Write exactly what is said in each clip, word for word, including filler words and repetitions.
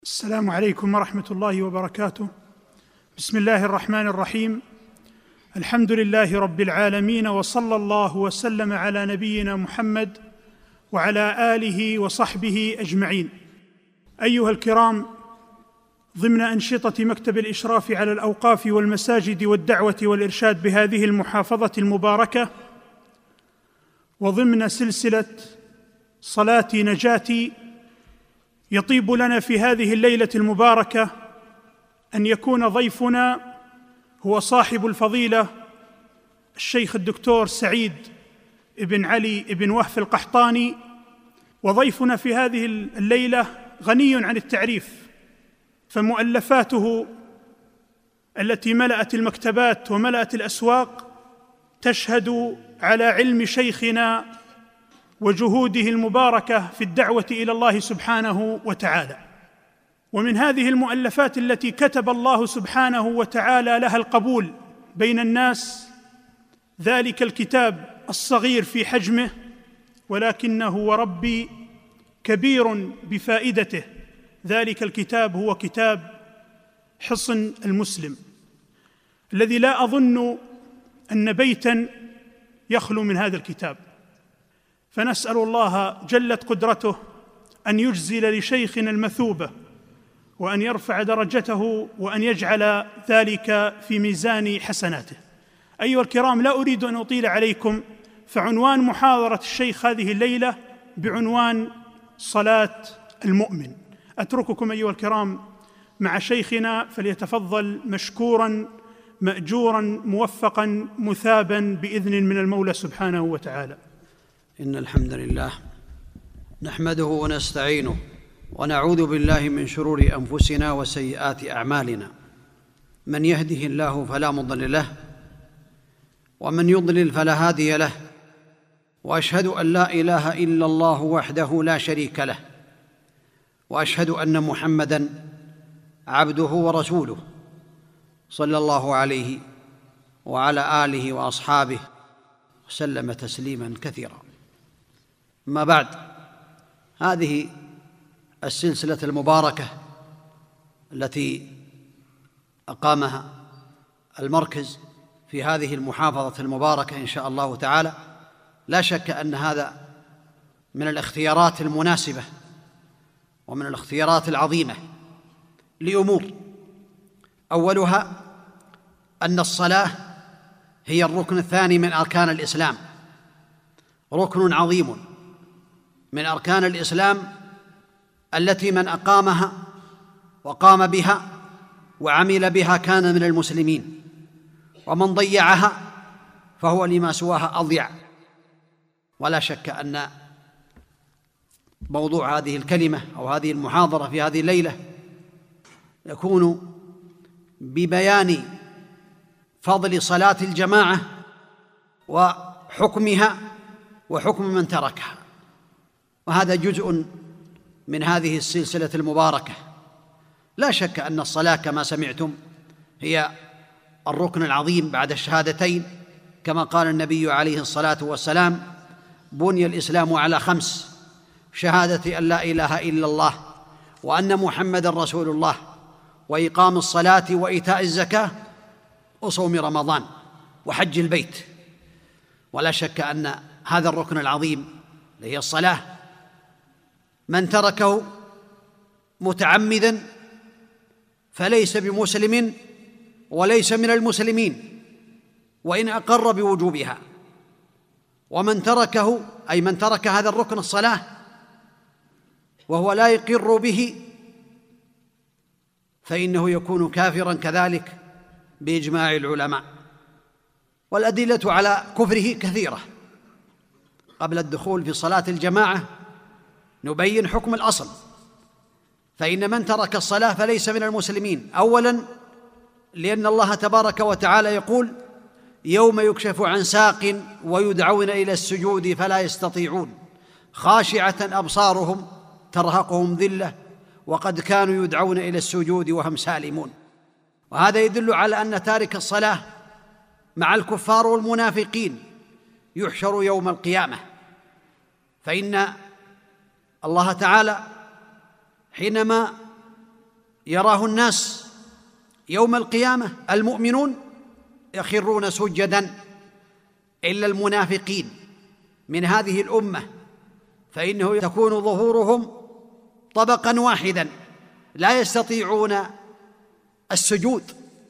السلام عليكم ورحمة الله وبركاته. بسم الله الرحمن الرحيم. الحمد لله رب العالمين، وصلى الله وسلم على نبينا محمد وعلى آله وصحبه أجمعين. أيها الكرام، ضمن أنشطة مكتب الإشراف على الأوقاف والمساجد والدعوة والإرشاد بهذه المحافظة المباركة، وضمن سلسلة صلاتي نجاتي، يطيب لنا في هذه الليلة المباركة أن يكون ضيفنا هو صاحب الفضيلة الشيخ الدكتور سعيد بن علي بن وهف القحطاني. وضيفنا في هذه الليلة غني عن التعريف، فمؤلفاته التي ملأت المكتبات وملأت الأسواق تشهد على علم شيخنا وجهوده المباركة في الدعوة إلى الله سبحانه وتعالى. ومن هذه المؤلفات التي كتب الله سبحانه وتعالى لها القبول بين الناس ذلك الكتاب الصغير في حجمه، ولكنه وربي كبير بفائدته. ذلك الكتاب هو كتاب حصن المسلم، الذي لا أظن أن بيتا يخلو من هذا الكتاب. فنسأل الله جلت قدرته أن يجزل لشيخنا المثوبة، وأن يرفع درجته، وأن يجعل ذلك في ميزان حسناته. أيها الكرام، لا أريد أن أطيل عليكم، فعنوان محاضرة الشيخ هذه الليلة بعنوان صلاة المؤمن. أترككم أيها الكرام مع شيخنا، فليتفضل مشكورا مأجورا موفقا مثابا بإذن من المولى سبحانه وتعالى. إن الحمد لله نحمده ونستعينه ونعوذ بالله من شرور أنفسنا وسيئات أعمالنا. من يهده الله فلا مضل له، ومن يضلل فلا هادي له، وأشهد أن لا إله إلا الله وحده لا شريك له، وأشهد أن محمدًا عبده ورسوله صلى الله عليه وعلى آله وأصحابه وسلم تسليماً كثيرا. أما بعد، هذه السلسلة المباركة التي أقامها المركز في هذه المحافظة المباركة إن شاء الله تعالى، لا شك أن هذا من الاختيارات المناسبة ومن الاختيارات العظيمة لأمور. أولها أن الصلاة هي الركن الثاني من أركان الإسلام، ركن عظيم من أركان الإسلام التي من أقامها وقام بها وعمل بها كان من المسلمين، ومن ضيعها فهو لما سواها أضيع. ولا شك أن موضوع هذه الكلمة أو هذه المحاضرة في هذه الليلة يكون ببيان فضل صلاة الجماعة وحكمها وحكم من تركها، وهذا جزء من هذه السلسلة المباركة. لا شك أن الصلاة كما سمعتم هي الركن العظيم بعد الشهادتين، كما قال النبي عليه الصلاة والسلام: بني الإسلام على خمس: شهادة أن لا إله إلا الله وأن محمدًا رسول الله، وإقام الصلاة وإيتاء الزكاة وصوم رمضان وحج البيت. ولا شك أن هذا الركن العظيم اللي هي الصلاة من تركه متعمداً فليس بمسلم وليس من المسلمين وإن أقر بوجوبها، ومن تركه أي من ترك هذا الركن الصلاة وهو لا يقر به فإنه يكون كافراً كذلك بإجماع العلماء. والأدلة على كفره كثيرة. قبل الدخول في صلاة الجماعة نبين حكم الأصل، فإن من ترك الصلاة فليس من المسلمين. أولاً لأن الله تبارك وتعالى يقول: يوم يكشف عن ساق ويدعون إلى السجود فلا يستطيعون خاشعة أبصارهم ترهقهم ذلة وقد كانوا يدعون إلى السجود وهم سالمون. وهذا يدل على أن تارك الصلاة مع الكفار والمنافقين يحشر يوم القيامة، فإن الله تعالى حينما يراه الناس يوم القيامة المؤمنون يخرون سجدا إلا المنافقين من هذه الأمة، فإنه تكون ظهورهم طبقا واحدا لا يستطيعون السجود،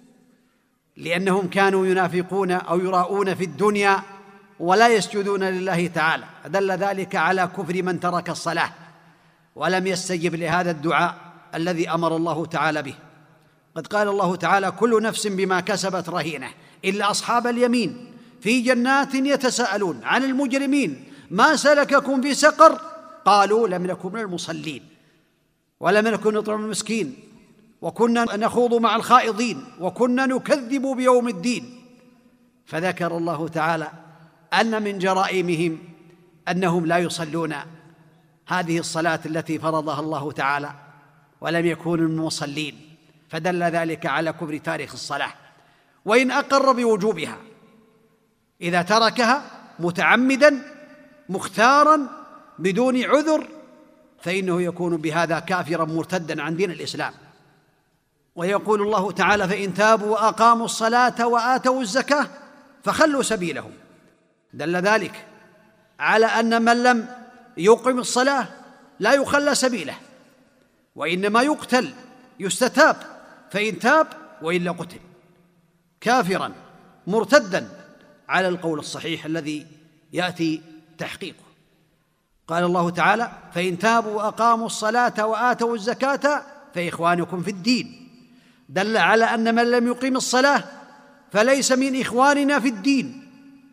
لأنهم كانوا ينافقون أو يراؤون في الدنيا ولا يسجدون لله تعالى. دل ذلك على كفر من ترك الصلاة ولم يستجب لهذا الدعاء الذي أمر الله تعالى به. قد قال الله تعالى: كل نفس بما كسبت رهينة إلا أصحاب اليمين في جنات يتساءلون عن المجرمين ما سلككم في سقر قالوا لم نكن من المصلين ولم نكن نطعم المسكين وكنا نخوض مع الخائضين وكنا نكذب بيوم الدين. فذكر الله تعالى أن من جرائمهم أنهم لا يصلون هذه الصلاة التي فرضها الله تعالى ولم يكونوا من المصلين، فدل ذلك على كفر تارك الصلاة، وإن أقر بوجوبها إذا تركها متعمدا مختارا بدون عذر فإنه يكون بهذا كافرا مرتدا عن دين الإسلام. ويقول الله تعالى: فإن تابوا وأقاموا الصلاة وآتوا الزكاة فخلوا سبيلهم. دل ذلك على أن من لم يقم الصلاة لا يخلى سبيله، وإنما يقتل يستتاب، فإن تاب وإلا قتل كافرا مرتدا على القول الصحيح الذي يأتي تحقيقه. قال الله تعالى: فإن تابوا وأقاموا الصلاة وآتوا الزكاة فإخوانكم في الدين. دل على أن من لم يقيم الصلاة فليس من إخواننا في الدين،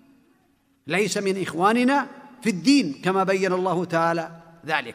ليس من إخواننا في الدين كما بين الله تعالى ذلك.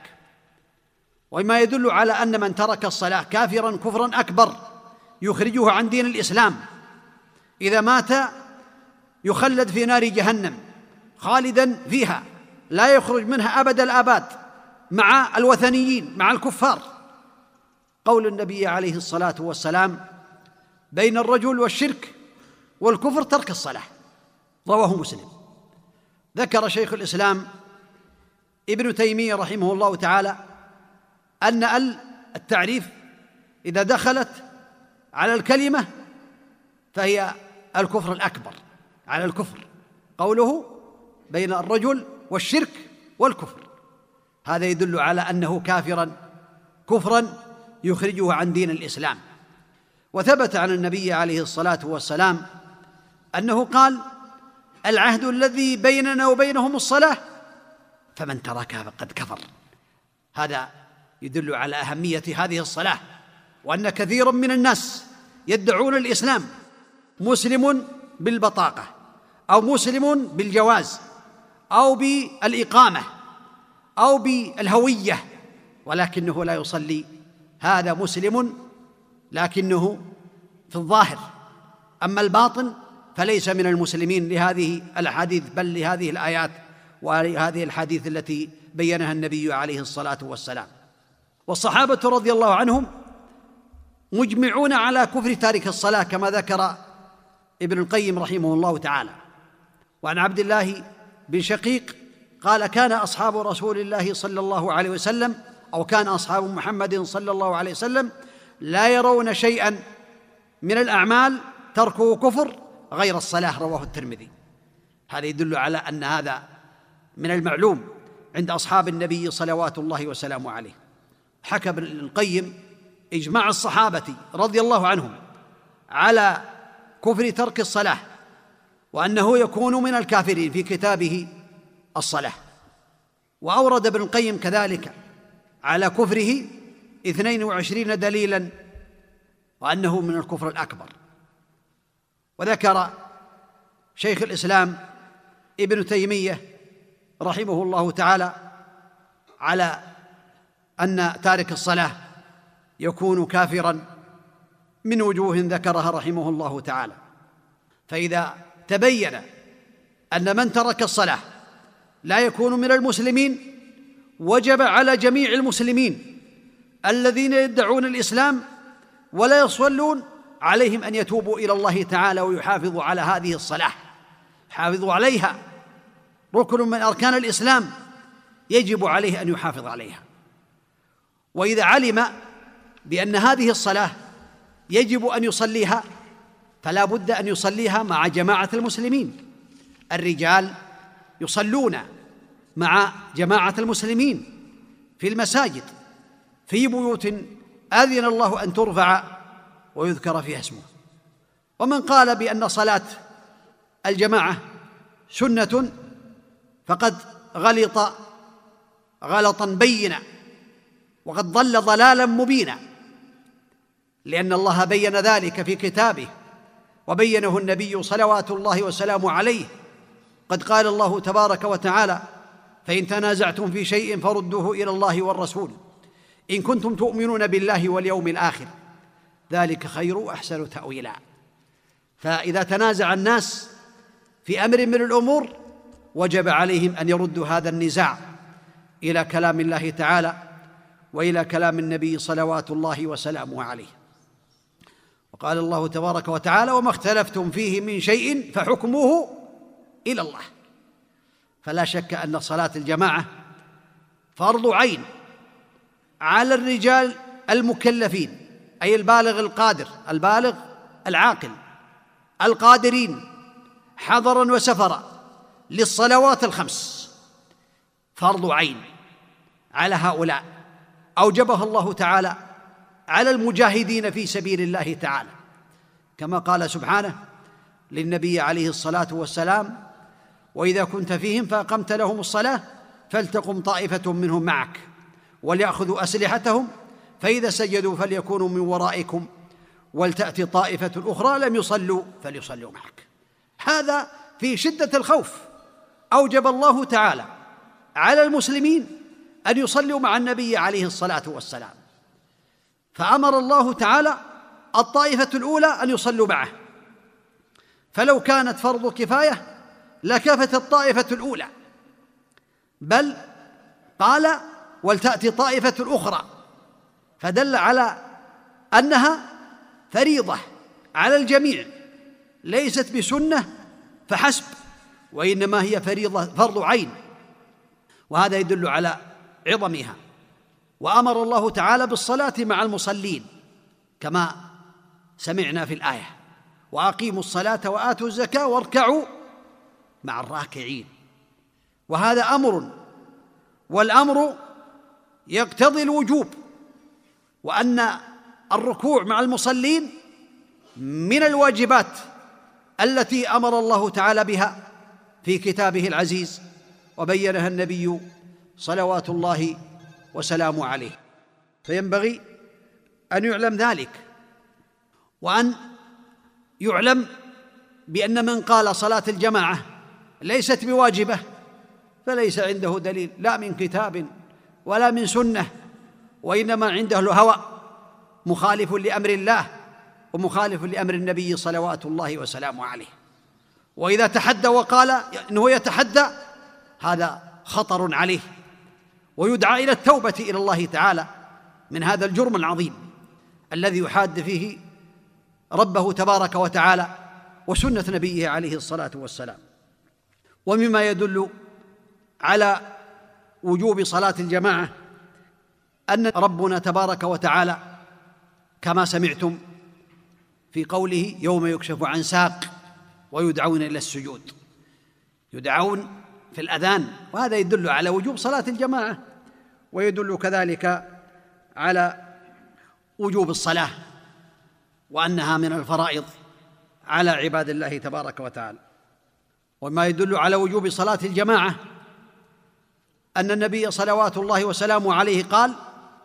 وما يدل على أن من ترك الصلاة كافرا كفرا أكبر يخرجه عن دين الإسلام، إذا مات يخلد في نار جهنم خالدا فيها لا يخرج منها أبد الآباد مع الوثنيين مع الكفار. قول النبي عليه الصلاة والسلام: بين الرجل والشرك والكفر ترك الصلاة، رواه مسلم. ذكر شيخ الإسلام ابن تيمية رحمه الله تعالى أن ال التعريف إذا دخلت على الكلمة فهي الكفر الأكبر على الكفر، قوله بين الرجل والشرك والكفر، هذا يدل على أنه كافرا كفرا يخرجه عن دين الإسلام. وثبت عن النبي عليه الصلاة والسلام أنه قال: العهد الذي بيننا وبينهم الصلاة فمن تركها فقد كفر. هذا يدل على أهمية هذه الصلاة، وأن كثيرا من الناس يدعون الإسلام، مسلم بالبطاقة أو مسلم بالجواز أو بالإقامة أو بالهوية، ولكنه لا يصلي. هذا مسلم لكنه في الظاهر، أما الباطن فليس من المسلمين لهذه الأحاديث، بل لهذه الآيات وهذه الحديث التي بينها النبي عليه الصلاة والسلام. والصحابة رضي الله عنهم مجمعون على كفر تارك الصلاة كما ذكر ابن القيم رحمه الله تعالى. وعن عبد الله بن شقيق قال: كان أصحاب رسول الله صلى الله عليه وسلم أو كان أصحاب محمد صلى الله عليه وسلم لا يرون شيئا من الأعمال تركه كفر غير الصلاة، رواه الترمذي. هذا يدل على أن هذا من المعلوم عند أصحاب النبي صلوات الله وسلامه عليه. حكى ابن القيم إجماع الصحابة رضي الله عنهم على كفر ترك الصلاة وأنه يكون من الكافرين في كتابه الصلاة. وأورد ابن القيم كذلك على كفره اثنين وعشرين دليلا وأنه من الكفر الأكبر. وذكر شيخ الإسلام ابن تيمية رحمه الله تعالى على أن تارك الصلاة يكون كافرا من وجوه ذكرها رحمه الله تعالى. فإذا تبين أن من ترك الصلاة لا يكون من المسلمين، وجب على جميع المسلمين الذين يدعون الإسلام ولا يصلون عليهم أن يتوبوا إلى الله تعالى ويحافظوا على هذه الصلاة، حافظوا عليها، ركن من أركان الإسلام يجب عليه أن يحافظ عليها. وإذا علم بأن هذه الصلاة يجب أن يصليها، فلا بد أن يصليها مع جماعة المسلمين. الرجال يصلون مع جماعة المسلمين في المساجد في بيوت أذن الله أن ترفع ويذكر فيها اسمه. ومن قال بأن صلاة الجماعة سنة فقد غلط غلطا بينا، وقد ضل ضلالا مبينا، لأن الله بين ذلك في كتابه وبينه النبي صلوات الله وسلامه عليه. قد قال الله تبارك وتعالى: فإن تنازعتم في شيء فردوه إلى الله والرسول إن كنتم تؤمنون بالله واليوم الآخر ذلك خير وأحسن تأويلا. فإذا تنازع الناس في أمر من الأمور وجب عليهم أن يردوا هذا النزاع إلى كلام الله تعالى وإلى كلام النبي صلوات الله وسلامه عليه. وقال الله تبارك وتعالى: وما اختلفتم فيه من شيء فحكمه إلى الله. فلا شك أن صلاة الجماعة فرض عين على الرجال المكلفين، أي البالغ القادر، البالغ العاقل، القادرين حضرا وسفرا للصلوات الخمس، فرض عين على هؤلاء أوجبها الله تعالى على المجاهدين في سبيل الله تعالى، كما قال سبحانه للنبي عليه الصلاة والسلام: وإذا كنت فيهم فأقمت لهم الصلاة فلتقم طائفة منهم معك وليأخذوا أسلحتهم فإذا سجدوا فليكونوا من ورائكم ولتأتي طائفة أخرى لم يصلوا فليصلوا معك. هذا في شدة الخوف أوجب الله تعالى على المسلمين أن يصلوا مع النبي عليه الصلاة والسلام، فأمر الله تعالى الطائفة الأولى أن يصلوا معه، فلو كانت فرض كفاية لكفت الطائفة الأولى، بل قال: ولتأتي طائفة أخرى، فدل على أنها فريضة على الجميع، ليست بسنة فحسب، وإنما هي فريضة فرض عين، وهذا يدل على عظمها. وأمر الله تعالى بالصلاة مع المصلين كما سمعنا في الآية: وأقيموا الصلاة وآتوا الزكاة واركعوا مع الراكعين. وهذا أمر، والأمر يقتضي الوجوب، وأن الركوع مع المصلين من الواجبات التي أمر الله تعالى بها في كتابه العزيز وبينها النبي صلوات الله وسلامه عليه. فينبغي أن يعلم ذلك، وأن يعلم بأن من قال صلاة الجماعة ليست بواجبة فليس عنده دليل لا من كتاب ولا من سنة، وإنما عنده الهوى مخالف لأمر الله ومخالف لأمر النبي صلوات الله وسلامه عليه. وإذا تحدى وقال إنه يتحدى هذا خطر عليه، ويدعى إلى التوبة إلى الله تعالى من هذا الجرم العظيم الذي يحاد فيه ربه تبارك وتعالى وسنة نبيه عليه الصلاة والسلام. ومما يدل على وجوب صلاة الجماعة أن ربنا تبارك وتعالى كما سمعتم في قوله: يوم يكشف عن ساق ويدعون إلى السجود، يدعون في الأذان، وهذا يدل على وجوب صلاة الجماعة، ويدل كذلك على وجوب الصلاة وأنها من الفرائض على عباد الله تبارك وتعالى. وما يدل على وجوب صلاة الجماعة أن النبي صلوات الله وسلامه عليه قال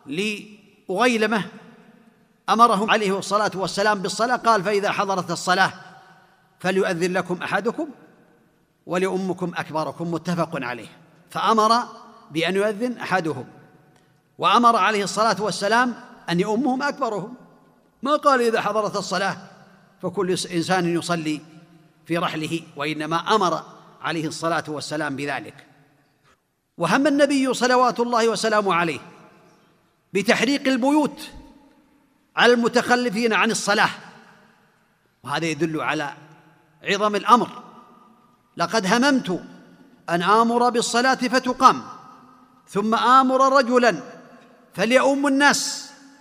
لأغيلمة أمرهم عليه الصلاة والسلام بالصلاة، قال: فإذا حضرت الصلاة فليؤذن لكم أحدكم وليؤمكم أكبركم، متفق عليه. فأمر بأن يؤذن أحدهم، وأمر عليه الصلاة والسلام أن يؤمهم أكبرهم، ما قال إذا حضرت الصلاة فكل إنسان يصلي في رحله، وإنما أمر عليه الصلاة والسلام بذلك. وهم النبي صلوات الله وسلامه عليه بتحريق البيوت على المتخلفين عن الصلاة، وهذا يدل على عظم الأمر. لقد هممت أن آمر بالصلاة فتقام ثم آمر رجلا فليؤم الناس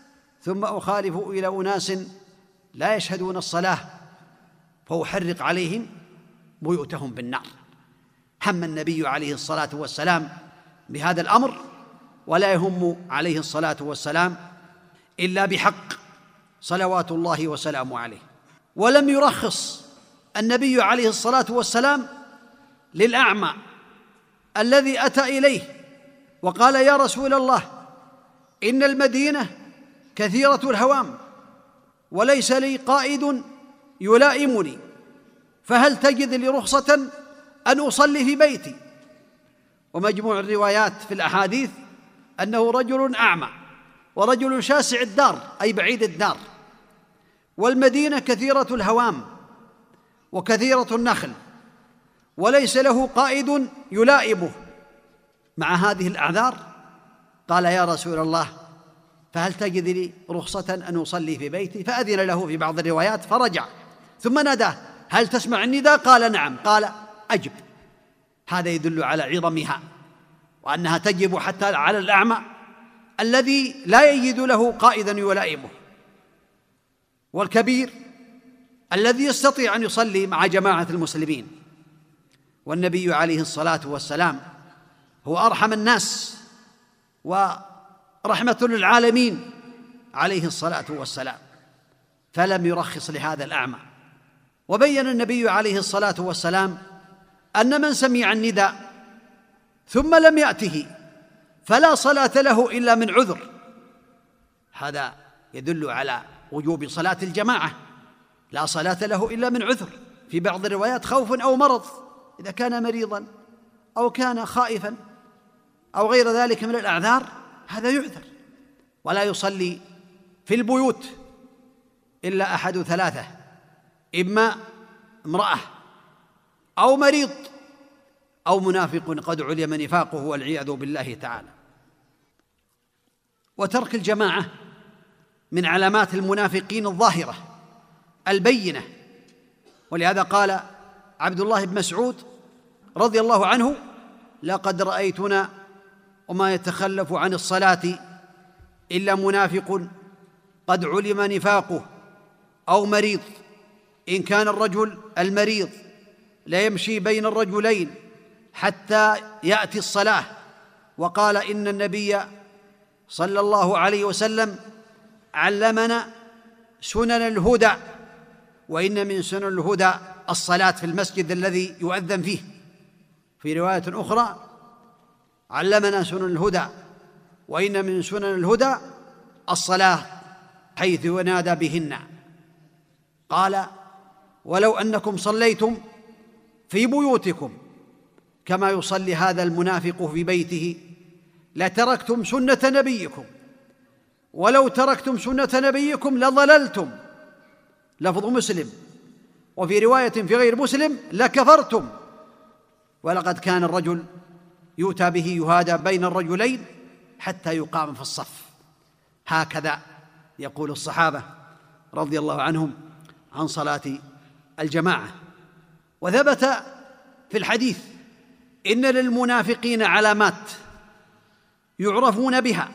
ثم أخالف إلى أناس لا يشهدون الصلاة فأحرق عليهم بيوتهم بالنار. هم النبي عليه الصلاة والسلام بهذا الأمر، ولا يهم عليه الصلاة والسلام إلا بحق صلوات الله وسلامه عليه. ولم يرخص النبي عليه الصلاة والسلام للأعمى الذي أتى إليه وقال: يا رسول الله، إن المدينة كثيرة الهوام وليس لي قائد يلائمني، فهل تجد لي رخصة أن أصلي في بيتي؟ ومجموع الروايات في الأحاديث أنه رجل أعمى ورجل شاسع الدار أي بعيد الدار، والمدينة كثيرة الهوام وكثيرة النخل وليس له قائد يلائمه. مع هذه الأعذار قال: يا رسول الله، فهل تجد لي رخصة أن أصلي في بيتي؟ فأذن له في بعض الروايات فرجع، ثم ناداه: هل تسمع النداء؟ قال: نعم. قال: أجب. هذا يدل على عظمها وأنها تجب حتى على الأعمى الذي لا يجد له قائدا يلائمه، والكبير الذي يستطيع أن يصلي مع جماعة المسلمين. والنبي عليه الصلاة والسلام هو أرحم الناس ورحمة للعالمين عليه الصلاة والسلام، فلم يرخص لهذا الأعمى. وبين النبي عليه الصلاة والسلام أن من سمع النداء ثم لم يأته فلا صلاة له إلا من عذر. هذا يدل على وجوب صلاة الجماعة، لا صلاة له إلا من عذر، في بعض الروايات خوف أو مرض، إذا كان مريضا أو كان خائفا أو غير ذلك من الأعذار هذا يعذر. ولا يصلي في البيوت إلا أحد ثلاثة: إما امرأة أو مريض أو منافق قد علم نفاقه والعياذ بالله تعالى. وترك الجماعة من علامات المنافقين الظاهرة البينة، ولهذا قال عبد الله بن مسعود رضي الله عنه: لقد رأيتنا وما يتخلف عن الصلاة إلا منافق قد علم نفاقه أو مريض. إن كان الرجل المريض لا يمشي بين الرجلين حتى يأتي الصلاة. وقال: إن النبي صلى الله عليه وسلم علمنا سنن الهدى، وإن من سنن الهدى الصلاة في المسجد الذي يؤذن فيه. في رواية أخرى: علمنا سنن الهدى، وإن من سنن الهدى الصلاة حيث ينادى بهن. قال: ولو أنكم صليتم في بيوتكم كما يصلي هذا المنافق في بيته لتركتم سنة نبيكم، ولو تركتم سنة نبيكم لضللتم. لفظ مسلم. وفي رواية في غير مسلم: لكفرتم. ولقد كان الرجل يؤتى به يهادى بين الرجلين حتى يقام في الصف. هكذا يقول الصحابة رضي الله عنهم عن صلاة الجماعة. وثبت في الحديث إن للمنافقين علامات يعرفون بها: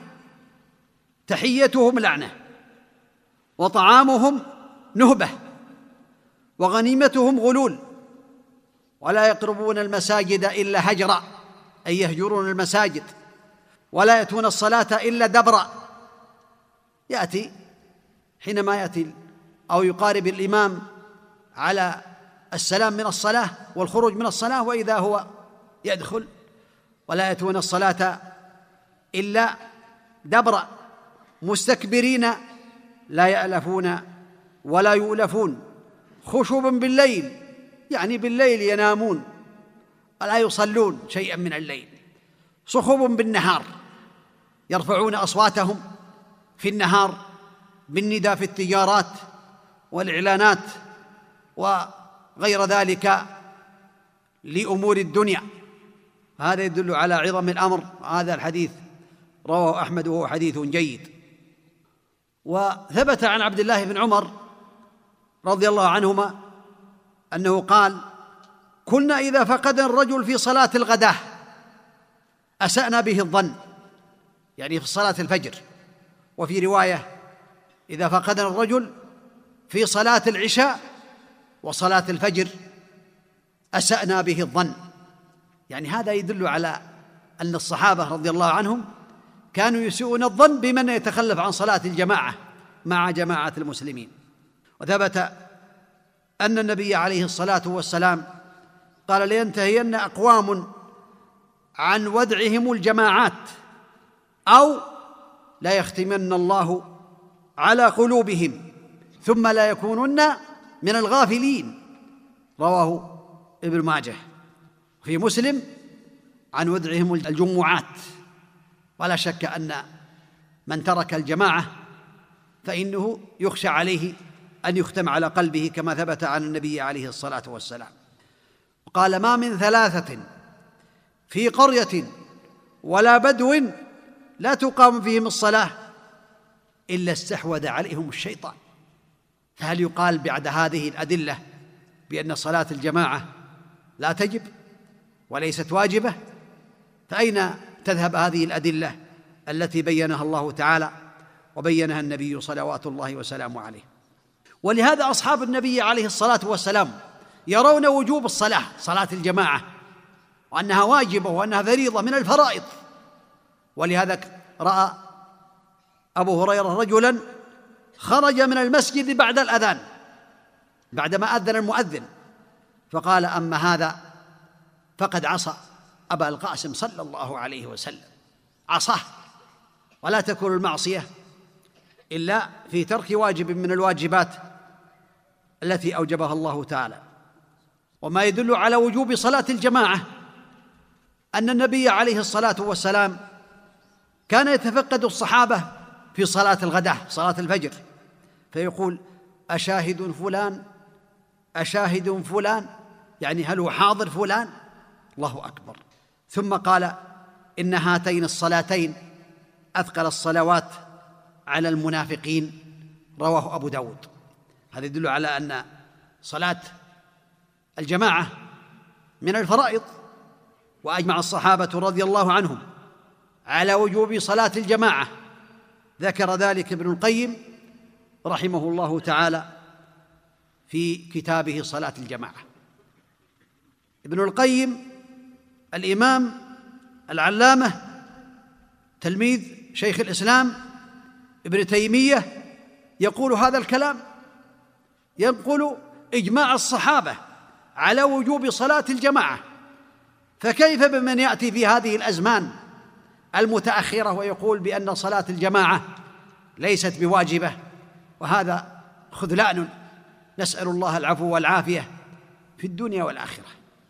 تحيتهم لعنة، وطعامهم نهبة، وغنيمتهم غلول، ولا يقربون المساجد إلا هجرا أي يهجرون المساجد، ولا يأتون الصلاة إلا دبرا، يأتي حينما يأتي أو يقارب الإمام على السلام من الصلاة والخروج من الصلاة وإذا هو يدخل، ولا يأتون الصلاة إلا دبرا، مستكبرين لا يألفون ولا يؤلفون، خشوبا بالليل يعني بالليل ينامون ولا يصلون شيئا من الليل، صخب بالنهار يرفعون أصواتهم في النهار بالنداء في التجارات والإعلانات وغير ذلك لأمور الدنيا. هذا يدل على عظم الأمر. هذا الحديث رواه أحمد وهو حديث جيد. وثبت عن عبد الله بن عمر رضي الله عنهما أنه قال: كنا إذا فقدنا الرجل في صلاة الغداة أسأنا به الظن، يعني في صلاة الفجر. وفي رواية إذا فقدنا الرجل في صلاة العشاء وصلاة الفجر أسأنا به الظن. يعني هذا يدل على أن الصحابة رضي الله عنهم كانوا يسيئون الظن بمن يتخلف عن صلاة الجماعة مع جماعة المسلمين. وثبت أن النبي عليه الصلاة والسلام قال: لينتهين أقوام عن ودعهم الجماعات أو لا يختمن الله على قلوبهم ثم لا يكونن من الغافلين. رواه ابن ماجه. في مسلم: عن ودعهم الجمعات. ولا شك أن من ترك الجماعة فإنه يخشى عليه أن يختم على قلبه كما ثبت عن النبي عليه الصلاة والسلام. قال: ما من ثلاثة في قرية ولا بدو لا تقام فيهم الصلاة إلا استحوذ عليهم الشيطان. فهل يقال بعد هذه الأدلة بأن صلاة الجماعة لا تجب وليست واجبة؟ فأين تذهب هذه الأدلة التي بينها الله تعالى وبينها النبي صلوات الله وسلامه عليه؟ ولهذا أصحاب النبي عليه الصلاة والسلام يرون وجوب الصلاة، صلاة الجماعة، وأنها واجبة وأنها فريضة من الفرائض. ولهذا رأى أبو هريرة رجلا خرج من المسجد بعد الأذان بعدما أذن المؤذن، فقال: أما هذا فقد عصى أبا القاسم صلى الله عليه وسلم. عصاه. ولا تكون المعصية إلا في ترك واجب من الواجبات التي أوجبها الله تعالى. وما يدل على وجوب صلاة الجماعة أن النبي عليه الصلاة والسلام كان يتفقد الصحابة في صلاة الغداة، صلاة الفجر، فيقول: أشاهد فلان أشاهد فلان، يعني هل هو حاضر فلان؟ الله أكبر. ثم قال: إن هاتين الصلاتين أثقل الصلوات على المنافقين. رواه أبو داود. هذا يدل على أن صلاة الجماعة من الفرائض. وأجمع الصحابة رضي الله عنهم على وجوب صلاة الجماعة. ذكر ذلك ابن القيم رحمه الله تعالى في كتابه صلاة الجماعة. ابن القيم الإمام العلامة تلميذ شيخ الإسلام ابن تيمية يقول هذا الكلام، ينقل إجماع الصحابة على وجوب صلاة الجماعة، فكيف بمن يأتي في هذه الأزمان المتأخرة ويقول بأن صلاة الجماعة ليست بواجبة؟ وهذا خذلان، نسأل الله العفو والعافية في الدنيا والآخرة.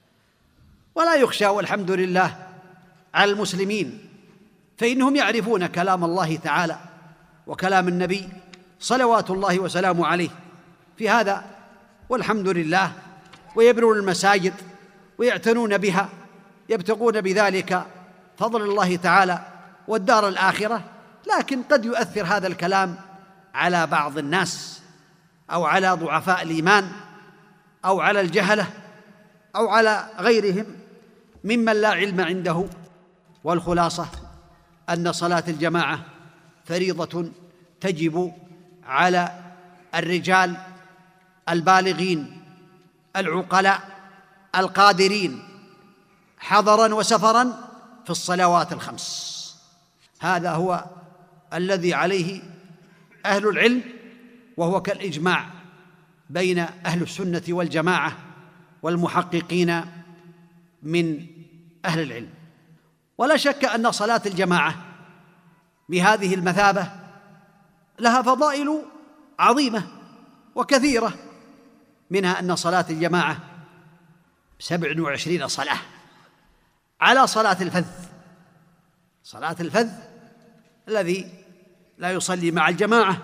ولا يخشى والحمد لله على المسلمين، فإنهم يعرفون كلام الله تعالى وكلام النبي صلوات الله وسلامه عليه في هذا، والحمد لله، ويبنون المساجد ويعتنون بها، يبتغون بذلك فضل الله تعالى والدار الآخرة. لكن قد يؤثر هذا الكلام على بعض الناس أو على ضعفاء الإيمان أو على الجهلة أو على غيرهم ممن لا علم عنده. والخلاصة أن صلاة الجماعة فريضة تجب على الرجال البالغين العقلاء القادرين حضراً وسفراً في الصلوات الخمس. هذا هو الذي عليه أهل العلم، وهو كالإجماع بين أهل السنة والجماعة والمحققين من أهل العلم. ولا شك أن صلاة الجماعة بهذه المثابة لها فضائل عظيمة وكثيرة، منها أن صلاة الجماعة سبع وعشرين صلاة على صلاة الفذ. صلاة الفذ الذي لا يصلي مع الجماعة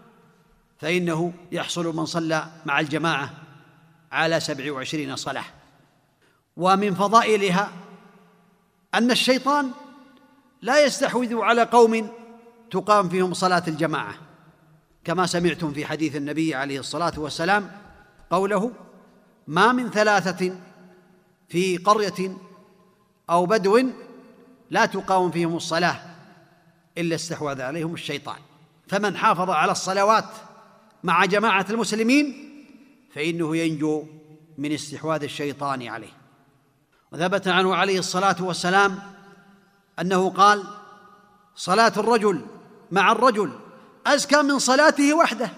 فإنه يحصل من صلى مع الجماعة على سبع وعشرين صلاة. ومن فضائلها أن الشيطان لا يستحوذ على قوم تقام فيهم صلاة الجماعة، كما سمعتم في حديث النبي عليه الصلاة والسلام قوله: ما من ثلاثة في قرية أو بدو لا تقام فيهم الصلاة إلا استحوذ عليهم الشيطان. فمن حافظ على الصلوات مع جماعة المسلمين فإنه ينجو من استحواذ الشيطان عليه. وثبت عنه عليه الصلاة والسلام أنه قال: صلاة الرجل مع الرجل أزكى من صلاته وحده،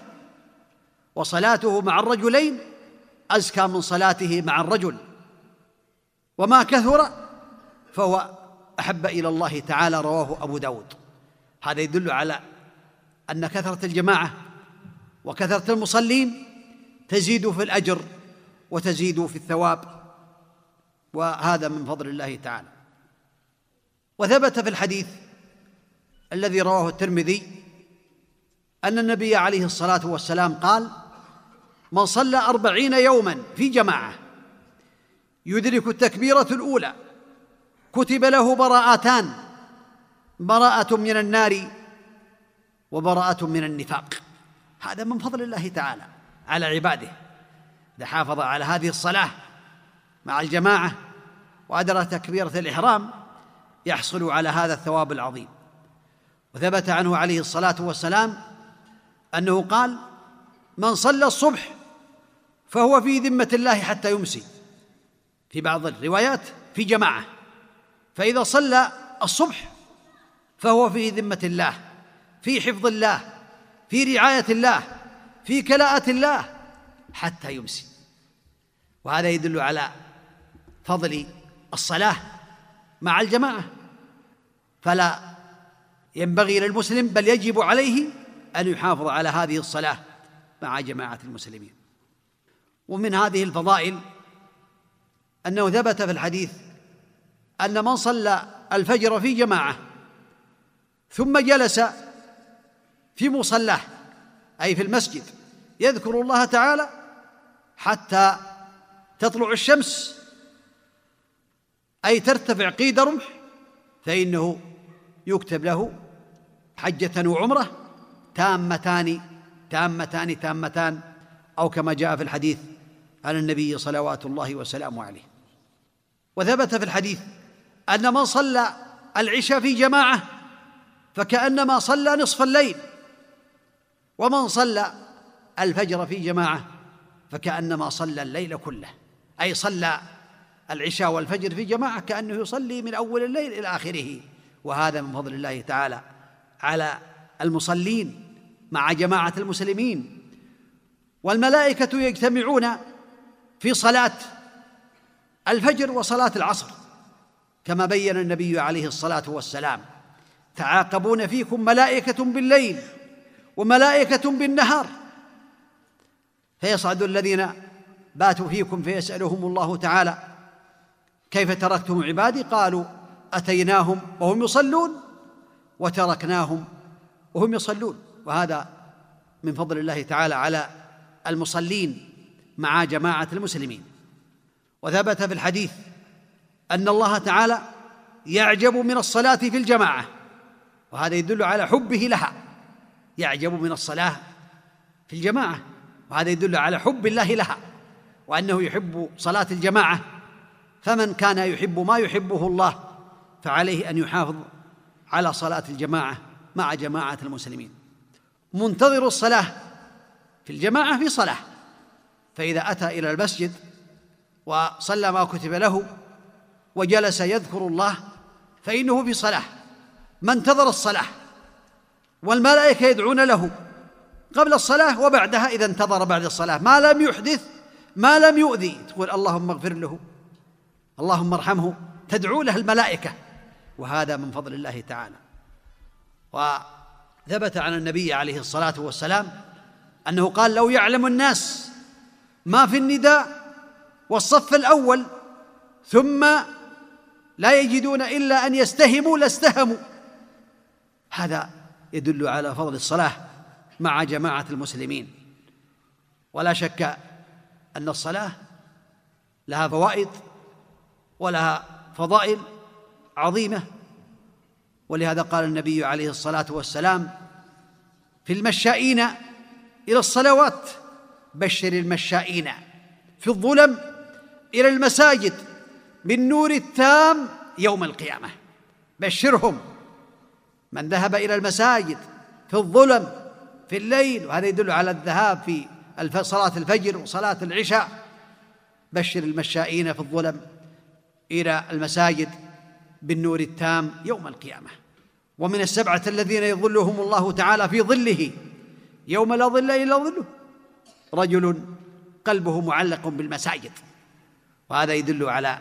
وصلاته مع الرجلين أزكى من صلاته مع الرجل، وما كثر فهو أحب إلى الله تعالى. رواه أبو داود. هذا يدل على أن كثرة الجماعة وكثرة المصلين تزيد في الأجر وتزيد في الثواب، وهذا من فضل الله تعالى. وثبت في الحديث الذي رواه الترمذي أن النبي عليه الصلاة والسلام قال: من صلى أربعين يوما في جماعة يدرك التكبيرة الأولى كتب له براءتان، براءة من النار وبراءة من النفاق. هذا من فضل الله تعالى على عباده. إذا حافظ على هذه الصلاة مع الجماعة وأدرك تكبيرة الإحرام يحصل على هذا الثواب العظيم. وثبت عنه عليه الصلاة والسلام أنه قال: من صلى الصبح فهو في ذمة الله حتى يمسي، في بعض الروايات في جماعة، فإذا صلى الصبح فهو في ذمة الله، في حفظ الله، في رعاية الله، في كلاءة الله حتى يمسي. وهذا يدل على فضل الصلاة مع الجماعة، فلا ينبغي للمسلم بل يجب عليه أن يحافظ على هذه الصلاة مع جماعة المسلمين. ومن هذه الفضائل أنه ثبت في الحديث أن من صلى الفجر في جماعة ثم جلس في مصلاه أي في المسجد يذكر الله تعالى حتى تطلع الشمس أي ترتفع قيد رمح، فإنه يكتب له حجة وعمرة تامتان تامتان تامتان، أو كما جاء في الحديث عن النبي صلوات الله وسلامه عليه. وثبت في الحديث أن من صلى العشاء في جماعة فكأنما صلى نصف الليل، ومن صلى الفجر في جماعة فكأنما صلى الليل كله، أي صلى العشاء والفجر في جماعة كأنه يصلي من أول الليل إلى آخره. وهذا من فضل الله تعالى على المصلين مع جماعة المسلمين. والملائكة يجتمعون في صلاة الفجر وصلاة العصر كما بين النبي عليه الصلاة والسلام: تعاقبون فيكم ملائكة بالليل وملائكة بالنهار، فيصعد الذين باتوا فيكم فيسألهم الله تعالى: كيف تركتم عبادي؟ قالوا: أتيناهم وهم يصلون وتركناهم وهم يصلون. وهذا من فضل الله تعالى على المصلين مع جماعة المسلمين. وثبت في الحديث أن الله تعالى يعجب من الصلاة في الجماعة، وهذا يدل على حبه لها، يعجب من الصلاة في الجماعة، وهذا يدل على حب الله لها وأنه يحب صلاة الجماعة. فمن كان يحب ما يحبه الله فعليه أن يحافظ على صلاة الجماعة مع جماعة المسلمين. منتظر الصلاة في الجماعة في صلاة، فإذا أتى إلى المسجد وصلى ما كتب له وجلس يذكر الله فإنه في صلاة. ما انتظر الصلاة والملائكة يدعون له قبل الصلاة وبعدها، إذا انتظر بعد الصلاة ما لم يحدث ما لم يؤذي، تقول اللهم اغفر له، اللهم ارحمه، تدعو له الملائكة، وهذا من فضل الله تعالى. وثبت عن النبي عليه الصلاة والسلام أنه قال: لو يعلم الناس ما في النداء والصف الأول ثم لا يجدون إلا أن يستهموا لاستهموا. هذا يدل على فضل الصلاة مع جماعة المسلمين. ولا شك أن الصلاة لها فوائد ولها فضائل عظيمة، ولهذا قال النبي عليه الصلاة والسلام في المشائين إلى الصلوات: بشر المشائين في الظلم إلى المساجد بالنور التام يوم القيامة. بشرهم، من ذهب إلى المساجد في الظلم في الليل، وهذا يدل على الذهاب في صلاة الفجر وصلاة العشاء. بشر المشائين في الظلم إلى المساجد بالنور التام يوم القيامة. ومن السبعة الذين يظلهم الله تعالى في ظله يوم لا ظل إلا ظله رجل قلبه معلق بالمساجد، وهذا يدل على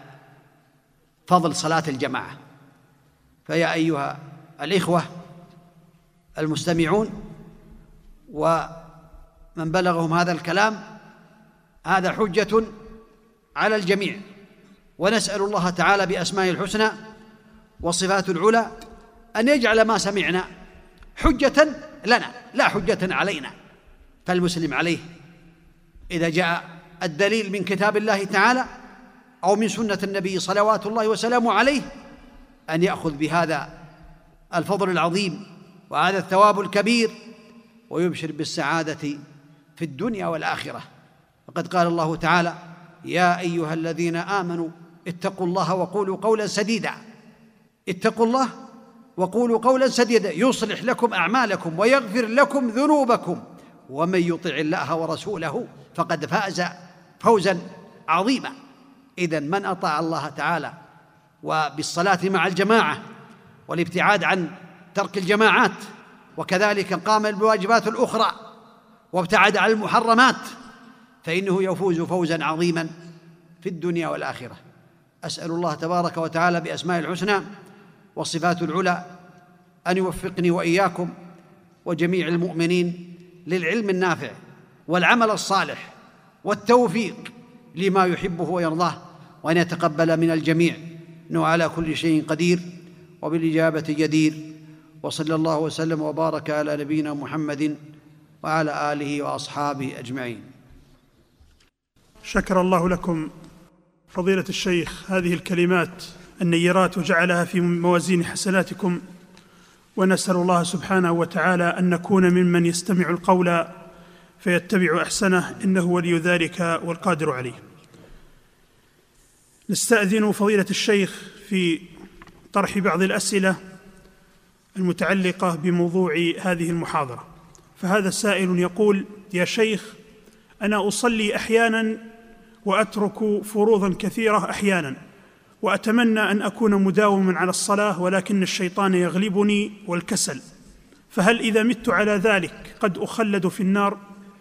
فضل صلاة الجماعة. فيا أيها الإخوة المستمعون ومن بلغهم هذا الكلام، هذا حجة على الجميع، ونسأل الله تعالى بأسمائه الحسنى وصفاته العلى أن يجعل ما سمعنا حجة لنا لا حجة علينا. فالمسلم عليه إذا جاء الدليل من كتاب الله تعالى أو من سنة النبي صلوات الله وسلامه عليه أن يأخذ بهذا الفضل العظيم وهذا الثواب الكبير ويبشر بالسعادة في الدنيا والآخرة. وقد قال الله تعالى: يا أيها الذين آمنوا اتقوا الله وقولوا قولا سديدا. اتقوا الله وقولوا قولا سديدا يصلح لكم أعمالكم ويغفر لكم ذنوبكم ومن يطع الله ورسوله فقد فاز فوزا عظيما. إذن من أطاع الله تعالى وبالصلاة مع الجماعة والابتعاد عن ترك الجماعات، وكذلك قام بالواجبات الأخرى وابتعد عن المحرمات، فإنه يفوز فوزا عظيما في الدنيا والآخرة. أسأل الله تبارك وتعالى بأسمائه الحسنى والصفات العلى أن يوفقني وإياكم وجميع المؤمنين للعلم النافع والعمل الصالح والتوفيق لما يحبه ويرضاه، وأن يتقبل من الجميع إنه على كل شيء قدير وبالإجابة جدير. وصلى الله وسلم وبارك على نبينا محمد وعلى آله وأصحابه أجمعين. شكر الله لكم فضيلة الشيخ هذه الكلمات النيرات وجعلها في موازين حسناتكم، ونسأل الله سبحانه وتعالى أن نكون ممن يستمع القول فيتبع أحسنه، إنه ولي ذلك والقادر عليه. نستأذن فضيلة الشيخ في طرح بعض الأسئلة المتعلقة بموضوع هذه المحاضرة. فهذا السائل يقول: يا شيخ، أنا أصلي أحيانا وأترك فروضا كثيرة أحيانا، وأتمنى أن أكون مداوما على الصلاة، ولكن الشيطان يغلبني والكسل، فهل إذا مت على ذلك قد أخلد في النار؟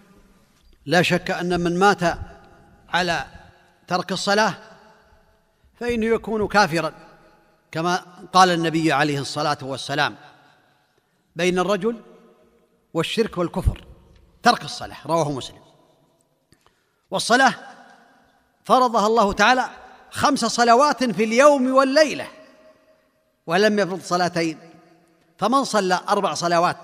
لا شك أن من مات على ترك الصلاة فإنه يكون كافرا، كما قال النبي عليه الصلاة والسلام: بين الرجل والشرك والكفر ترك الصلاة، رواه مسلم. والصلاة فرضها الله تعالى خمس صلوات في اليوم والليلة، ولم يفرض صلاتين، فمن صلى أربع صلوات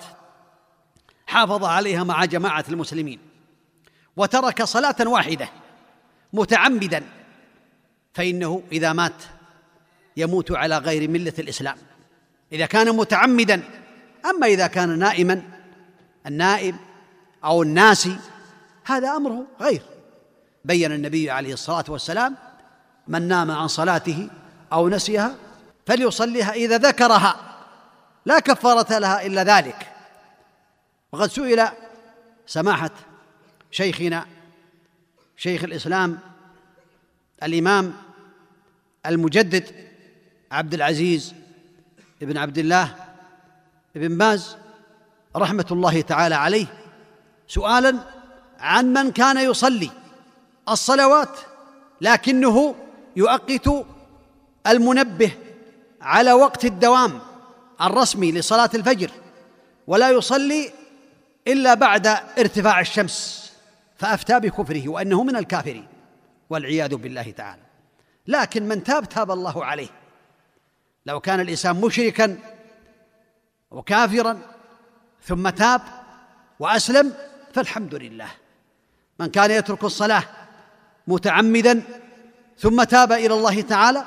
حافظ عليها مع جماعة المسلمين وترك صلاة واحدة متعمدا فإنه إذا مات يموت على غير ملة الإسلام إذا كان متعمدا. أما إذا كان نائما، النائم أو الناسي هذا أمره غير. بين النبي عليه الصلاة والسلام: من نام عن صلاته أو نسيها فليصليها إذا ذكرها، لا كفارة لها إلا ذلك. وقد سئل سماحة شيخنا شيخ الإسلام الإمام المجدد عبد العزيز ابن عبد الله ابن باز رحمة الله تعالى عليه سؤالا عن من كان يصلي الصلوات لكنه يؤقت المنبه على وقت الدوام الرسمي لصلاة الفجر، ولا يصلي إلا بعد ارتفاع الشمس، فأفتى بكفره وأنه من الكافرين والعياذ بالله تعالى. لكن من تاب تاب الله عليه. لو كان الإنسان مشركا وكافرا ثم تاب وأسلم فالحمد لله. من كان يترك الصلاة متعمدا ثم تاب إلى الله تعالى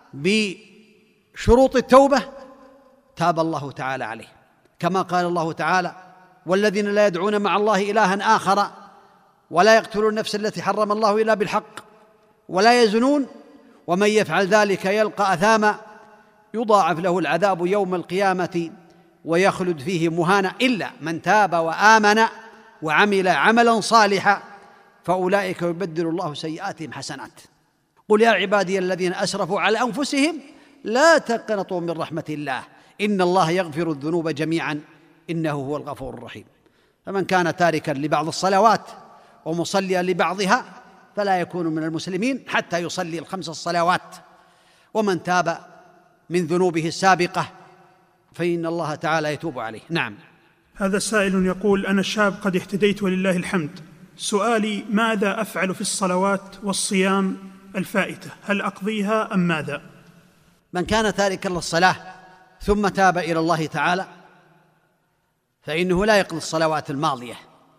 بشروط التوبة تاب الله تعالى عليه، كما قال الله تعالى: والذين لا يدعون مع الله إلها آخر ولا يقتلون النفس التي حرم الله إلا بالحق ولا يزنون ومن يفعل ذلك يلقى أثاما يضاعف له العذاب يوم القيامة ويخلد فيه مهانا إلا من تاب وآمن وعمل عملا صالحا فأولئك يبدل الله سيئاتهم حسنات. قل يا عبادي الذين أسرفوا على أنفسهم لا تقنطوا من رحمة الله إن الله يغفر الذنوب جميعا إنه هو الغفور الرحيم. فمن كان تاركا لبعض الصلوات ومصليا لبعضها فلا يكون من المسلمين حتى يصلي الخمس الصلوات. ومن تاب من ذنوبه السابقة فإن الله تعالى يتوب عليه. نعم. هذا سائل يقول: أنا شاب قد اهتديت ولله الحمد، سؤالي ماذا أفعل في الصلوات والصيام الفائتة؟ هل أقضيها أم ماذا؟ من كان تاركا للصلاة ثم تاب إلى الله تعالى فإنه لا يقضي الصلوات الماضية،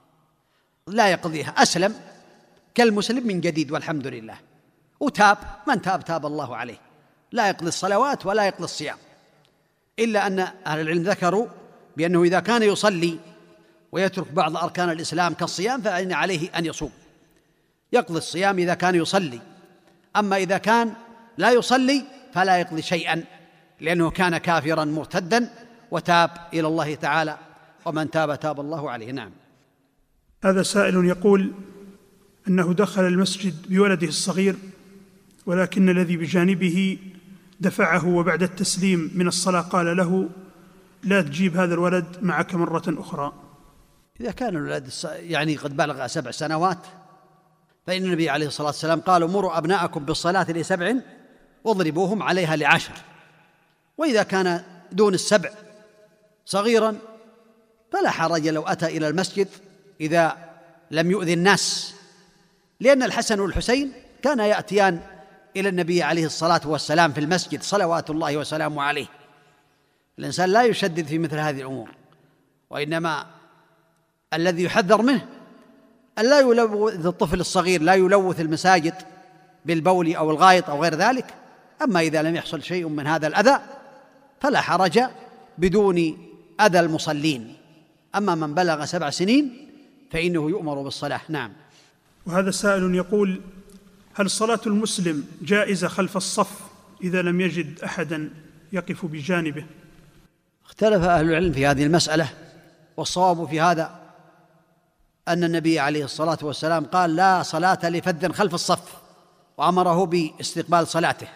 لا يقضيها، أسلم كالمسلم من جديد والحمد لله، وتاب. من تاب تاب الله عليه، لا يقضي الصلوات ولا يقضي الصيام، إلا أن أهل العلم ذكروا بأنه إذا كان يصلي ويترك بعض أركان الإسلام كالصيام فإن عليه أن يصوم، يقضي الصيام إذا كان يصلي. أما إذا كان لا يصلي فلا يقضي شيئا، لأنه كان كافرا مرتدا وتاب إلى الله تعالى، ومن تاب تاب الله عليه. نعم. هذا سائل يقول أنه دخل المسجد بولده الصغير، ولكن الذي بجانبه دفعه، وبعد التسليم من الصلاة قال له: لا تجيب هذا الولد معك مرة أخرى. إذا كان الولد يعني قد بلغ سبع سنوات فإن النبي عليه الصلاة والسلام قال: مروا أبناءكم بالصلاة لسبع واضربوهم عليها لعشر. وإذا كان دون السبع صغيرا فلا حرج لو أتى إلى المسجد إذا لم يؤذي الناس، لأن الحسن والحسين كان يأتيان إلى النبي عليه الصلاة والسلام في المسجد صلوات الله وسلامه عليه. الإنسان لا يشدد في مثل هذه الأمور، وإنما الذي يحذر منه أن لا يلوث الطفل الصغير، لا يلوث المساجد بالبول أو الغائط أو غير ذلك. أما إذا لم يحصل شيء من هذا الأذى فلا حرج بدون أذى المصلين. أما من بلغ سبع سنين فإنه يؤمر بالصلاة. نعم. وهذا سائل يقول: هل صلاة المسلم جائزة خلف الصف إذا لم يجد أحدا يقف بجانبه؟ اختلف أهل العلم في هذه المسألة، والصواب في هذا أن النبي عليه الصلاة والسلام قال: لا صلاة لفذ خلف الصف، وأمره باستقبال صلاته.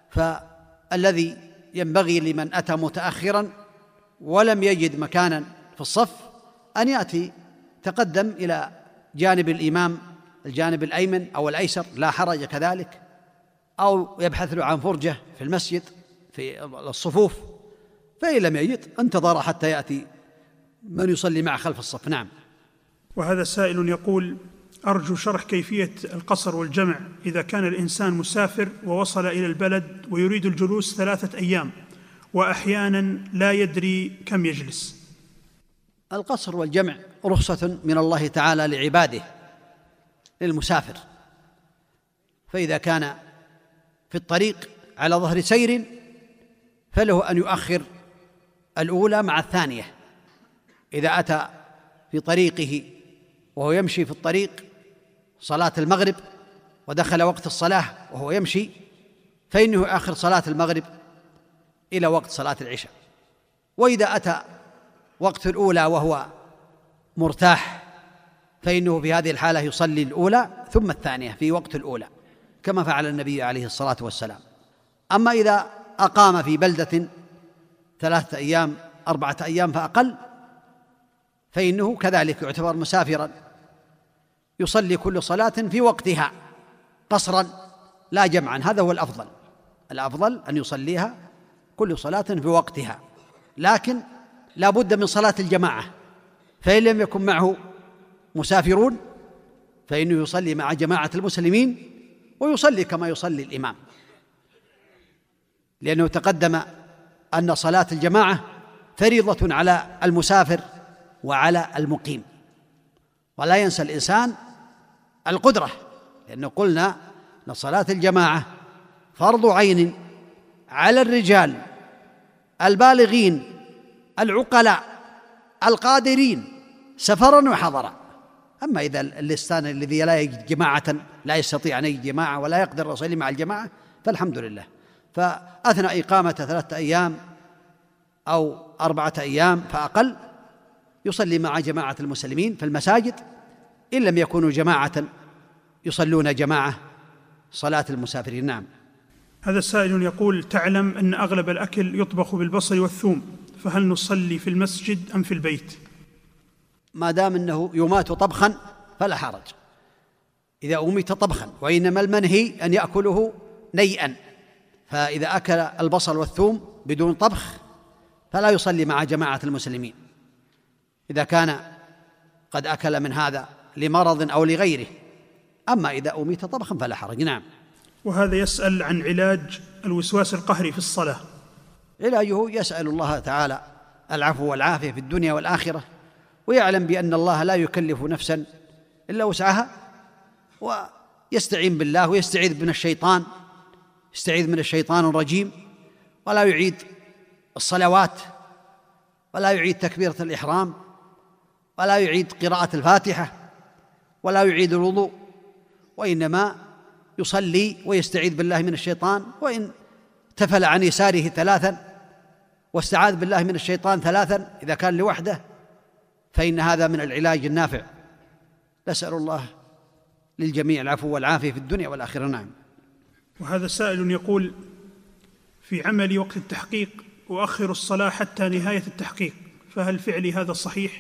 فالذي ينبغي لمن أتى متأخرا ولم يجد مكانا في الصف أن يأتي تقدم إلى جانب الإمام، الجانب الأيمن أو الأيسر، لا حرج كذلك، أو يبحث له عن فرجة في المسجد في الصفوف، فإن لم يجد انتظر حتى يأتي من يصلي معه خلف الصف. نعم. وهذا سائل يقول: أرجو شرح كيفية القصر والجمع إذا كان الإنسان مسافر ووصل إلى البلد ويريد الجلوس ثلاثة أيام وأحيانا لا يدري كم يجلس. القصر والجمع رخصة من الله تعالى لعباده للمسافر، فإذا كان في الطريق على ظهر سير فله أن يؤخر الأولى مع الثانية. إذا أتى في طريقه وهو يمشي في الطريق صلاة المغرب ودخل وقت الصلاة وهو يمشي فإنه يؤخر صلاة المغرب إلى وقت صلاة العشاء. وإذا أتى وقت الأولى وهو مرتاح فإنه في هذه الحالة يصلي الأولى ثم الثانية في وقت الأولى كما فعل النبي عليه الصلاة والسلام. أما إذا أقام في بلدة ثلاثة أيام أربعة أيام فأقل فإنه كذلك يعتبر مسافرا، يصلي كل صلاة في وقتها قصرا لا جمعا. هذا هو الأفضل، الأفضل أن يصليها كل صلاة في وقتها، لكن لا بد من صلاة الجماعة، فإن لم يكن معه مسافرون فإنه يصلي مع جماعة المسلمين ويصلي كما يصلي الإمام، لأنه تقدم أن صلاة الجماعة فريضة على المسافر وعلى المقيم. ولا ينسى الإنسان القدرة، لأنه قلنا أن صلاة الجماعة فرض عين على الرجال البالغين العقلاء القادرين سفرا وحضرا. أما إذا الإنسان الذي لا يجد جماعة، لا يستطيع أن يجد جماعة ولا يقدر يصلي مع الجماعة فالحمد لله، فأثناء إقامة ثلاثة أيام أو أربعة أيام فأقل يصلي مع جماعة المسلمين في المساجد، إن لم يكونوا جماعة يصلون جماعة صلاة المسافرين. نعم. هذا السائل يقول: تعلم أن أغلب الأكل يطبخ بالبصل والثوم، فهل نصلي في المسجد أم في البيت؟ ما دام أنه يمات طبخا فلا حرج إذا أميت طبخا، وإنما المنهي أن يأكله نيئا، فإذا أكل البصل والثوم بدون طبخ فلا يصلي مع جماعة المسلمين إذا كان قد أكل من هذا لمرض أو لغيره، أما إذا أميت طبخا فلا حرج. نعم. وهذا يسأل عن علاج الوسواس القهري في الصلاة. علاجه يسأل الله تعالى العفو والعافية في الدنيا والآخرة، ويعلم بأن الله لا يكلف نفسا إلا وسعها، ويستعين بالله ويستعيذ من الشيطان، يستعيذ من الشيطان الرجيم، ولا يعيد الصلوات، ولا يعيد تكبيرة الإحرام، ولا يعيد قراءة الفاتحة، ولا يعيد الوضوء، وإنما يصلي ويستعيذ بالله من الشيطان، وإن تفل عن يساره ثلاثا واستعاذ بالله من الشيطان ثلاثا إذا كان لوحده، فإن هذا من العلاج النافع. نسأل الله للجميع العفو والعافية في الدنيا والآخرة. نعم. وهذا سائل يقول: في عملي وقت التحقيق أؤخر الصلاة حتى نهاية التحقيق، فهل فعلي هذا صحيح؟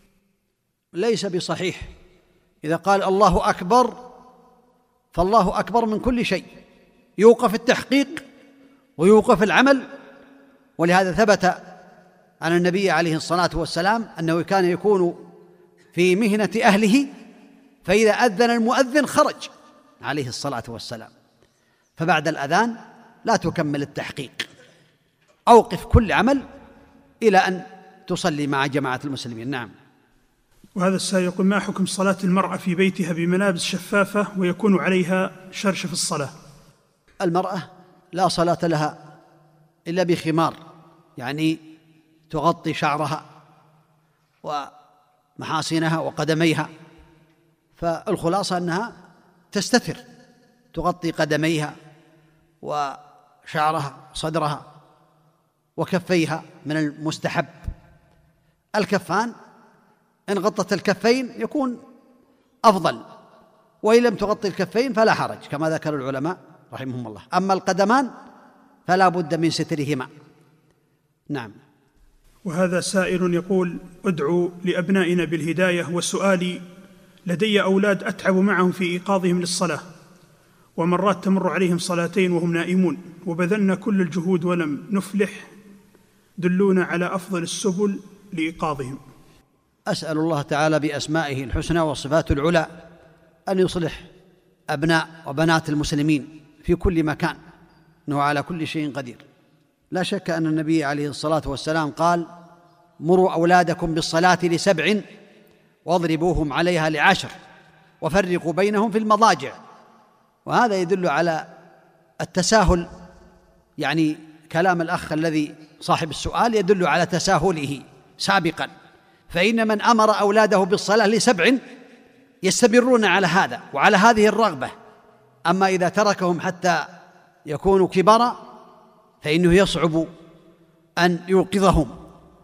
ليس بصحيح. إذا قال الله أكبر فالله أكبر من كل شيء، يوقف التحقيق ويوقف العمل. ولهذا ثبت عن النبي عليه الصلاة والسلام أنه كان يكون في مهنة أهله، فإذا أذن المؤذن خرج عليه الصلاة والسلام، فبعد الأذان لا تكمل التحقيق، أوقف كل عمل إلى أن تصلي مع جماعة المسلمين. نعم. وهذا السائل يقول: ما حكم صلاة المرأة في بيتها بملابس شفافة ويكون عليها شرش في الصلاة؟ المرأة لا صلاة لها إلا بخمار، يعني تغطي شعرها ومحاصنها وقدميها، فالخلاصة أنها تستتر، تغطي قدميها وشعرها صدرها وكفيها من المستحب. الكفان إن غطت الكفين يكون أفضل، وإن لم تغطي الكفين فلا حرج كما ذكر العلماء رحمهم الله. أما القدمان فلا بد من سترهما. نعم. وهذا سائل يقول: ادعو لأبنائنا بالهداية، وسؤالي: لدي أولاد أتعب معهم في إيقاظهم للصلاة، ومرات تمر عليهم صلاتين وهم نائمون، وبذلنا كل الجهود ولم نفلح، دلونا على أفضل السبل لإيقاظهم. أسأل الله تعالى بأسمائه الحسنى والصفات العلى أن يصلح أبناء وبنات المسلمين في كل مكان، إنه على كل شيء قدير. لا شك أن النبي عليه الصلاة والسلام قال: مروا أولادكم بالصلاة لسبع واضربوهم عليها لعشر وفرقوا بينهم في المضاجع. وهذا يدل على التساهل، يعني كلام الأخ الذي صاحب السؤال يدل على تساهله سابقا، فإن من أمر أولاده بالصلاة لسبع يستمرون على هذا وعلى هذه الرغبة. أما إذا تركهم حتى يكونوا كبارا فإنه يصعب أن يوقظهم،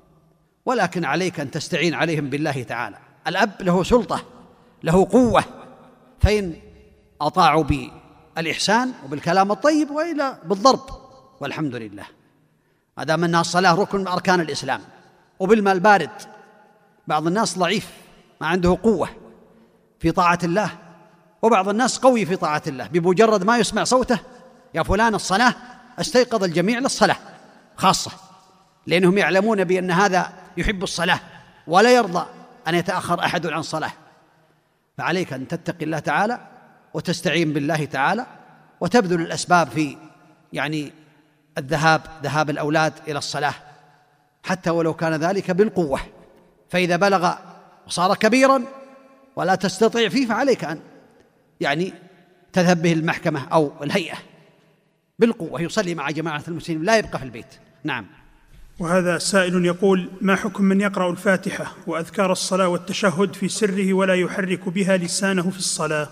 ولكن عليك أن تستعين عليهم بالله تعالى. الأب له سلطة، له قوة، فإن أطاعوا بالإحسان وبالكلام الطيب وإلا بالضرب، والحمد لله. ما دام أنها الصلاة ركن من أركان الإسلام. وبالماء البارد، بعض الناس ضعيف ما عنده قوة في طاعة الله، وبعض الناس قوي في طاعة الله، بمجرد ما يسمع صوته: يا فلان الصلاة، استيقظ الجميع للصلاة خاصة، لأنهم يعلمون بأن هذا يحب الصلاة ولا يرضى أن يتأخر أحد عن صلاة. فعليك أن تتقي الله تعالى وتستعين بالله تعالى وتبذل الأسباب في يعني الذهاب ذهاب الأولاد إلى الصلاة، حتى ولو كان ذلك بالقوة. فإذا بلغ وصار كبيرا ولا تستطيع فيه فعليك أن يعني تذهب به المحكمة أو الهيئة بالقوة، يصلي مع جماعة المسلمين، لا يبقى في البيت. نعم. وهذا سائل يقول: ما حكم من يقرأ الفاتحة وأذكار الصلاة والتشهد في سره ولا يحرك بها لسانه في الصلاة؟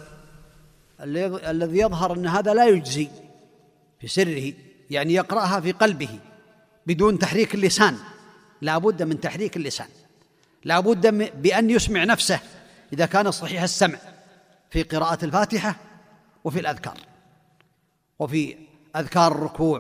الذي يظهر أن هذا لا يجزي في سره، يعني يقرأها في قلبه بدون تحريك اللسان، لا بد من تحريك اللسان، لا بد بأن يسمع نفسه إذا كان صحيح السمع في قراءة الفاتحة وفي الأذكار وفي أذكار الركوع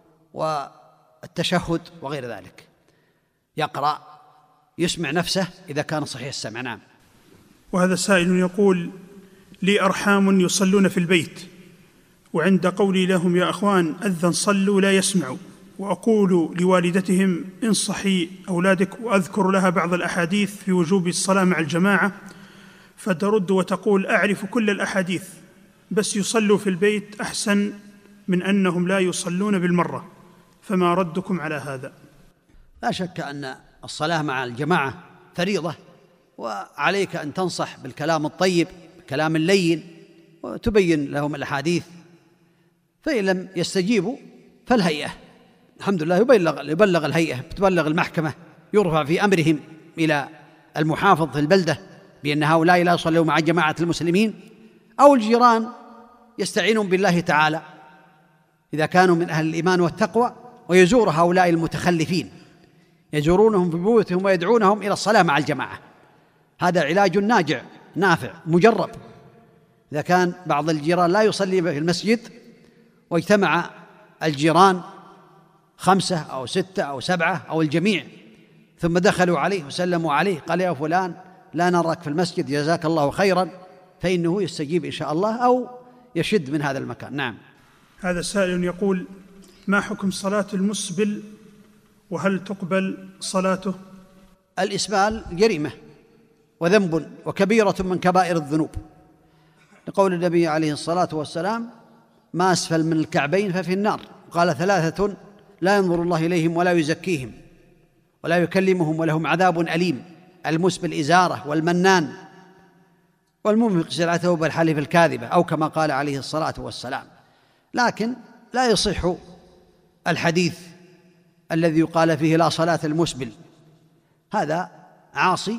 والتشهد وغير ذلك، يقرأ يسمع نفسه إذا كان صحيح السمع. نعم. وهذا سائل يقول: لي أرحام يصلون في البيت، وعند قولي لهم يا أخوان أذن صلوا لا يسمعوا، وأقول لوالدتهم انصحي أولادك، وأذكر لها بعض الأحاديث في وجوب الصلاة مع الجماعة، فترد وتقول أعرف كل الأحاديث بس يصلوا في البيت أحسن من أنهم لا يصلون بالمرة، فما ردكم على هذا؟ لا شك أن الصلاة مع الجماعة فريضة، وعليك أن تنصح بالكلام الطيب، بالكلام اللين، وتبين لهم الأحاديث. فإن لم يستجيبوا فالهيئة الحمد لله يبلغ, يبلغ الهيئة، تبلغ المحكمة، يرفع في أمرهم إلى المحافظ في البلدة بأن هؤلاء لا يصلوا مع جماعة المسلمين، أو الجيران يستعينون بالله تعالى إذا كانوا من أهل الإيمان والتقوى، ويزور هؤلاء المتخلفين، يزورونهم في بيوتهم ويدعونهم إلى الصلاة مع الجماعة. هذا علاج ناجع نافع مجرب. إذا كان بعض الجيران لا يصلي في المسجد واجتمع الجيران خمسة أو ستة أو سبعة أو الجميع، ثم دخلوا عليه وسلموا عليه، قال يا فلان لا نراك في المسجد جزاك الله خيرا، فإنه يستجيب إن شاء الله أو يشد من هذا المكان. نعم. هذا سائل يقول: ما حكم صلاة المسبل، وهل تقبل صلاته؟ الإسبال جريمة وذنب وكبيرة من كبائر الذنوب، لقول النبي عليه الصلاة والسلام: ما أسفل من الكعبين ففي النار. قال: ثلاثة لا ينظر الله إليهم ولا يزكيهم ولا يكلمهم ولهم عذاب أليم: المسبل إزارة، والمنان، والمنفق سلعته بالحلف الكاذبة، أو كما قال عليه الصلاة والسلام. لكن لا يصح الحديث الذي يقال فيه لا صلاة المسبل، هذا عاصي،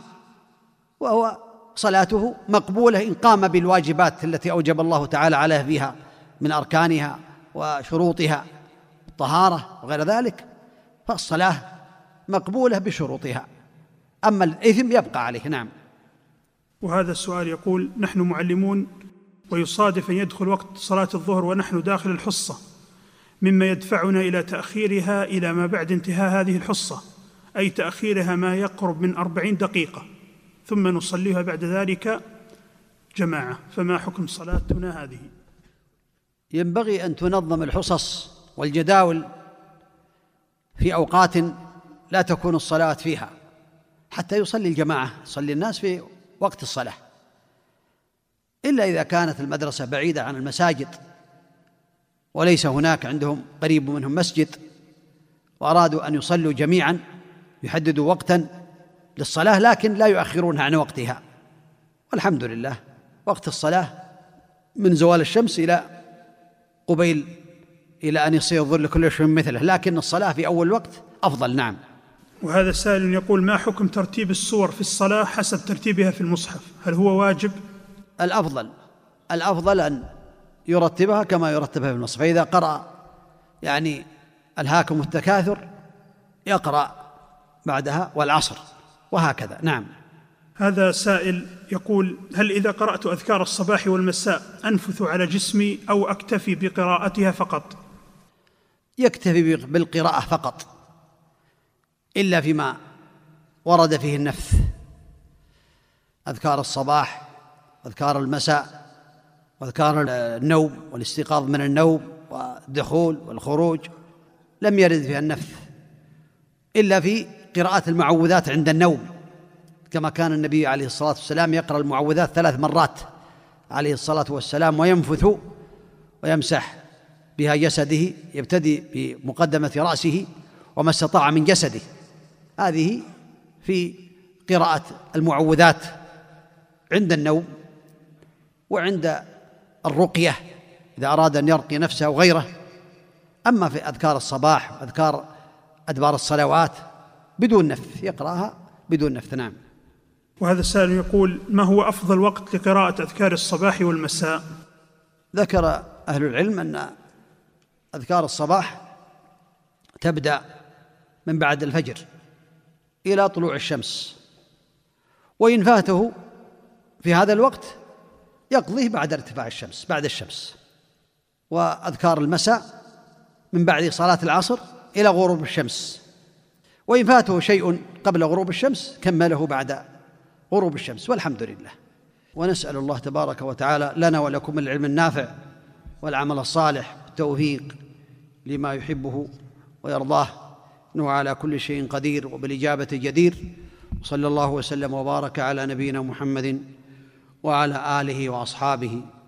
وهو صلاته مقبولة إن قام بالواجبات التي أوجب الله تعالى عليه فيها من أركانها وشروطها، الطهارة وغير ذلك، فالصلاة مقبولة بشروطها، أما الإثم يبقى عليه. نعم. وهذا السؤال يقول: نحن معلمون، ويصادف أن يدخل وقت صلاة الظهر ونحن داخل الحصة، مما يدفعنا إلى تأخيرها إلى ما بعد انتهاء هذه الحصة، أي تأخيرها ما يقرب من أربعين دقيقة، ثم نصليها بعد ذلك جماعة، فما حكم صلاتنا هذه؟ ينبغي أن تنظم الحصص والجداول في أوقات لا تكون الصلاة فيها، حتى يصلي الجماعة، يصلي الناس في وقت الصلاة، إلا إذا كانت المدرسة بعيدة عن المساجد وليس هناك عندهم قريب منهم مسجد وأرادوا أن يصلوا جميعا، يحددوا وقتا للصلاة لكن لا يؤخرونها عن وقتها. والحمد لله وقت الصلاة من زوال الشمس إلى قبيل إلى أن يصير الظل كل شيء مثله، لكن الصلاة في أول وقت أفضل. نعم. وهذا سائل يقول: ما حكم ترتيب السور في الصلاة حسب ترتيبها في المصحف؟ هل هو واجب؟ الأفضل الأفضل أن يرتبها كما يرتبها في المصحف، فإذا قرأ يعني ألهاكم التكاثر يقرأ بعدها والعصر وهكذا. نعم. هذا سائل يقول: هل إذا قرأت أذكار الصباح والمساء أنفث على جسمي أو أكتفي بقراءتها فقط؟ يكتفي بالقراءة فقط، إلا فيما ورد فيه النفث، أذكار الصباح وأذكار المساء وأذكار النوم والاستيقاظ من النوم والدخول والخروج، لم يرد فيها النفث إلا في قراءة المعوذات عند النوم، كما كان النبي عليه الصلاة والسلام يقرأ المعوذات ثلاث مرات عليه الصلاة والسلام، وينفث ويمسح بها جسده، يبتدي بمقدمة رأسه وما استطاع من جسده. هذه في قراءة المعوذات عند النوم وعند الرقية إذا أراد أن يرقي نفسه وغيره. أما في أذكار الصباح وأذكار أدبار الصلوات بدون نفث، يقرأها بدون نفث. نعم. وهذا السائل يقول: ما هو أفضل وقت لقراءة أذكار الصباح والمساء؟ ذكر أهل العلم أن أذكار الصباح تبدأ من بعد الفجر إلى طلوع الشمس، وإن فاته في هذا الوقت يقضيه بعد ارتفاع الشمس، بعد الشمس. وأذكار المساء من بعد صلاة العصر إلى غروب الشمس، وإن فاته شيء قبل غروب الشمس كمله بعد غروب الشمس، والحمد لله. ونسأل الله تبارك وتعالى لنا ولكم العلم النافع والعمل الصالح، التوفيق لما يحبه ويرضاه، إنه على كل شيء قدير وبالإجابة جدير. صلى الله وسلم وبارك على نبينا محمد وعلى آله وأصحابه